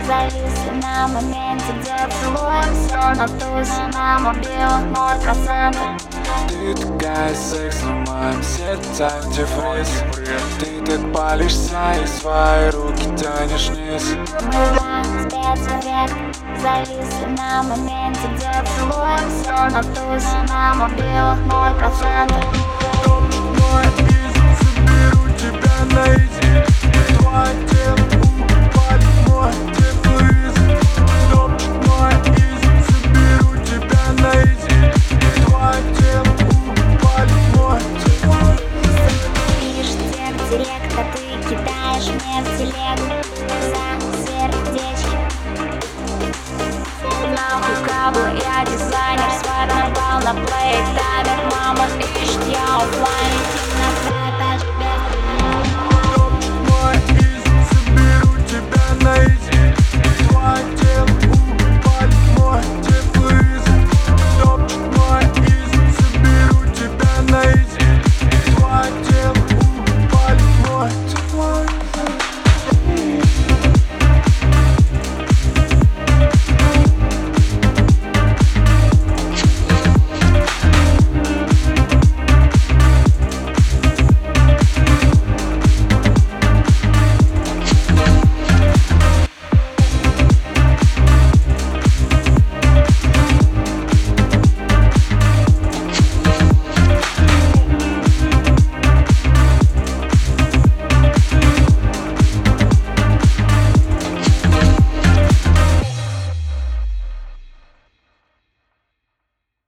Зависли на моменте, где целуемся на тусе, на мобилах 0%. Ты такая секс, ломаем все антифриз. Ты так палишься и свои руки тянешь вниз. Мы на спецэффект. Зависли на моменте, где целуемся на тусе, на мобилах 0%. Мой бизнес, заберу тебя на изи. Твое тело упалит мой тепловизор. Мой бизнес, заберу тебя на изи. Твое тело упалит мой тепловизор. Пишешь текст директ, а ты кидаешь мне в телегу за сердечки. Нахуй каблы, я дизайнер, свайп набрал на плей таймер. Мама ищет, я оффлайн, иди на этаж без. Мой бизнес, заберу тебя на изи.